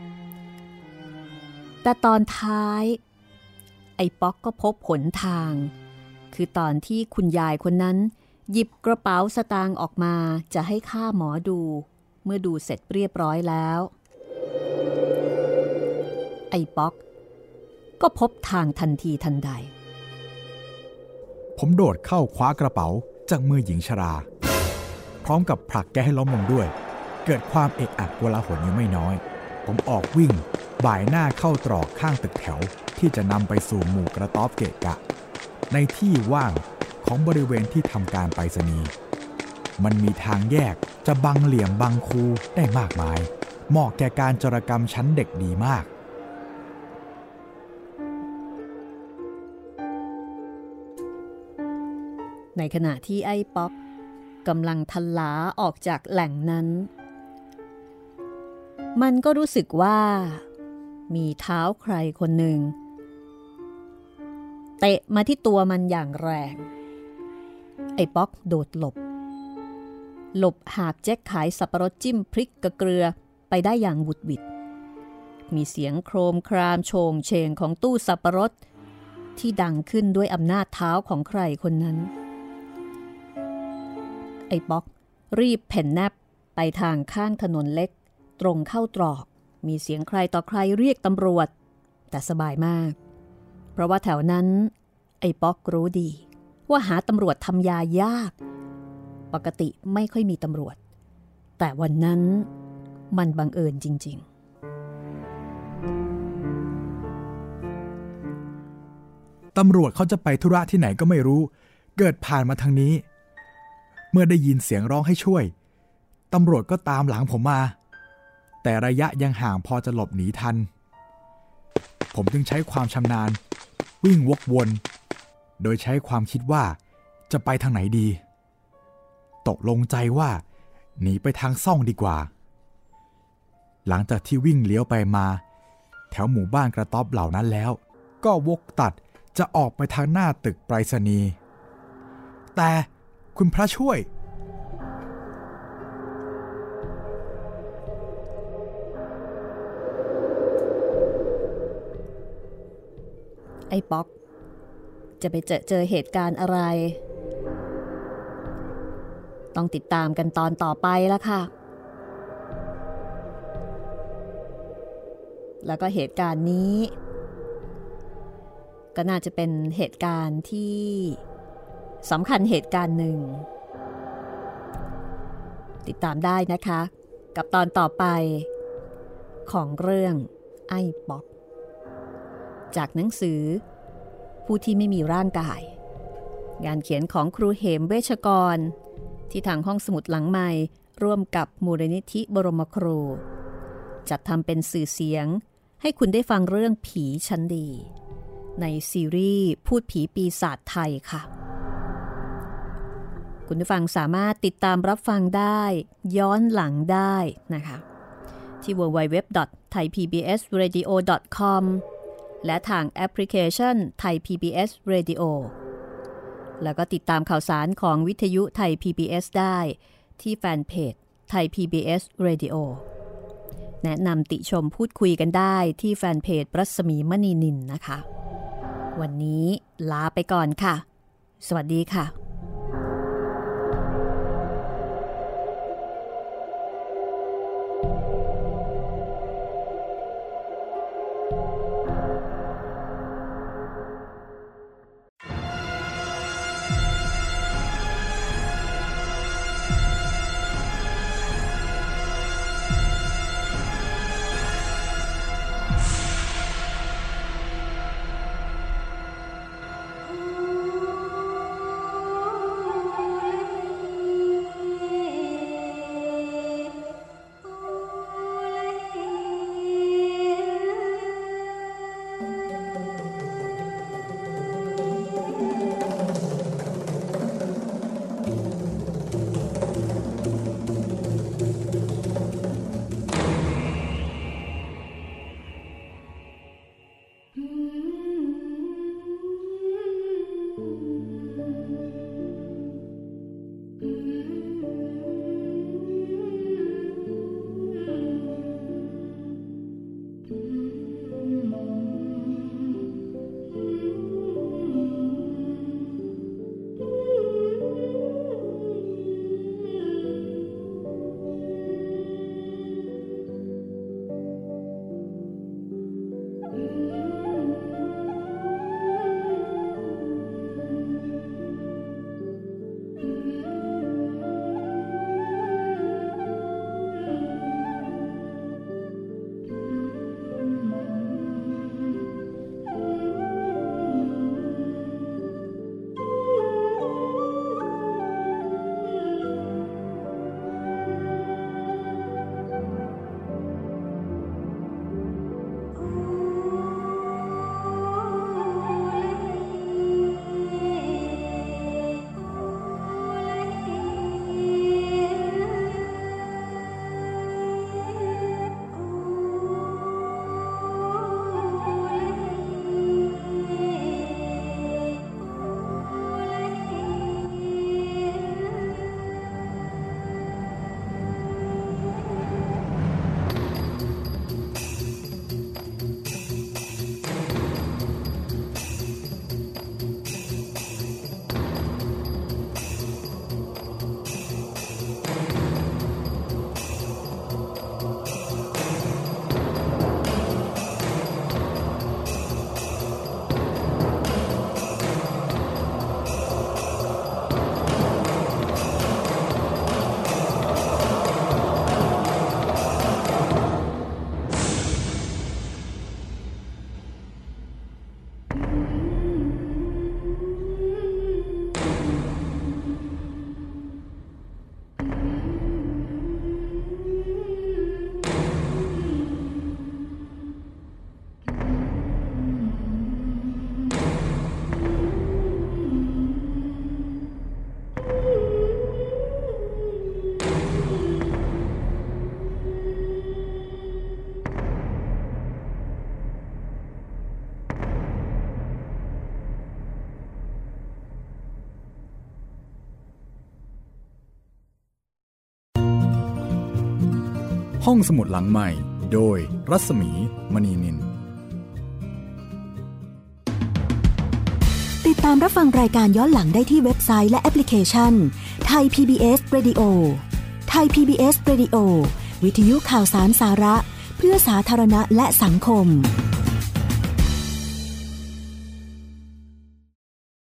แต่ตอนท้ายไอ้ป๊อกก็พบหนทางคือตอนที่คุณยายคนนั้นหยิบกระเป๋าสตางค์ออกมาจะให้ข้าหมอดูเมื่อดูเสร็จเรียบร้อยแล้วไอ้ป๊อกก็พบทางทันทีทันใดผมโดดเข้าคว้ากระเป๋าจากมือหญิงชราพร้อมกับผลักแกให้ล้มลงด้วยเกิดความเอะอะโกลาหลอยู่ไม่น้อยผมออกวิ่งบ่ายหน้าเข้าตรอกข้างตึกแถวที่จะนำไปสู่หมู่กระต๊อบเกะกะในที่ว่างของบริเวณที่ทำการไปรษณีย์มันมีทางแยกจะบังเหลี่ยมบังคูได้มากมายเหมาะแก่การจรกรรมชั้นเด็กดีมากในขณะที่ไอ้ป๊อกกำลังทลาออกจากแหล่งนั้นมันก็รู้สึกว่ามีเท้าใครคนหนึ่งเตะมาที่ตัวมันอย่างแรงไอ้ป๊อกโดดหลบหลบหากแจ็คขายสับปะรดจิ้มพริกกระเกลือไปได้อย่างหวุดหวิดมีเสียงโครมครามโชงเชงของตู้สับปะรดที่ดังขึ้นด้วยอำนาจเท้าของใครคนนั้นไอ้ป๊อกรีบเพ่นแนบไปทางข้างถนนเล็กตรงเข้าตรอกมีเสียงใครต่อใครเรียกตำรวจแต่สบายมากเพราะว่าแถวนั้นไอ้ป๊อกรู้ดีว่าหาตำรวจทำยายากปกติไม่ค่อยมีตำรวจแต่วันนั้นมันบังเอิญจริงๆตำรวจเขาจะไปธุระที่ไหนก็ไม่รู้เกิดผ่านมาทางนี้เมื่อได้ยินเสียงร้องให้ช่วยตำรวจก็ตามหลังผมมาแต่ระยะยังห่างพอจะหลบหนีทันผมจึงใช้ความชำนาญวิ่งวกวนโดยใช้ความคิดว่าจะไปทางไหนดีตกลงใจว่าหนีไปทางซ่องดีกว่าหลังจากที่วิ่งเลี้ยวไปมาแถวหมู่บ้านกระต๊อบเหล่านั้นแล้วก็วกตัดจะออกไปทางหน้าตึกไปรษณีย์แต่คุณพระช่วยไอ้ป๊อกจะไปเจอเจอเหตุการณ์อะไรต้องติดตามกันตอนต่อไปแล้วค่ะแล้วก็เหตุการณ์นี้ก็น่าจะเป็นเหตุการณ์ที่สำคัญเหตุการณ์หนึ่งติดตามได้นะคะกับตอนต่อไปของเรื่องไอ้ป๊อกจากหนังสือผู้ที่ไม่มีร่างกายงานเขียนของครูเหมเวชกรที่ทางห้องสมุดหลังใหม่ร่วมกับมูลนิธิบรมครูจัดทำเป็นสื่อเสียงให้คุณได้ฟังเรื่องผีชั้นดีในซีรีส์พูดผีปีศาจไทยค่ะคุณผู้ฟังสามารถติดตามรับฟังได้ย้อนหลังได้นะคะที่ ดับเบิลยู ดับเบิลยู ดับเบิลยู ดอท ไทย พี บี เอส เรดิโอ ดอท คอม และทางแอปพลิเคชัน Thai พี บี เอส Radio แล้วก็ติดตามข่าวสารของวิทยุไทย พี บี เอส ได้ที่แฟนเพจ Thai พี บี เอส Radio แนะนำติชมพูดคุยกันได้ที่แฟนเพจรัศมีมณีนินนะคะวันนี้ลาไปก่อนค่ะสวัสดีค่ะห้องสมุดหลังใหม่โดยรัศมีมณีนินติดตามรับฟังรายการย้อนหลังได้ที่เว็บไซต์และแอปพลิเคชัน Thai พี บี เอส Radio Thai พี บี เอส Radio วิทยุข่าวสารสาระเพื่อสาธารณะและสังคม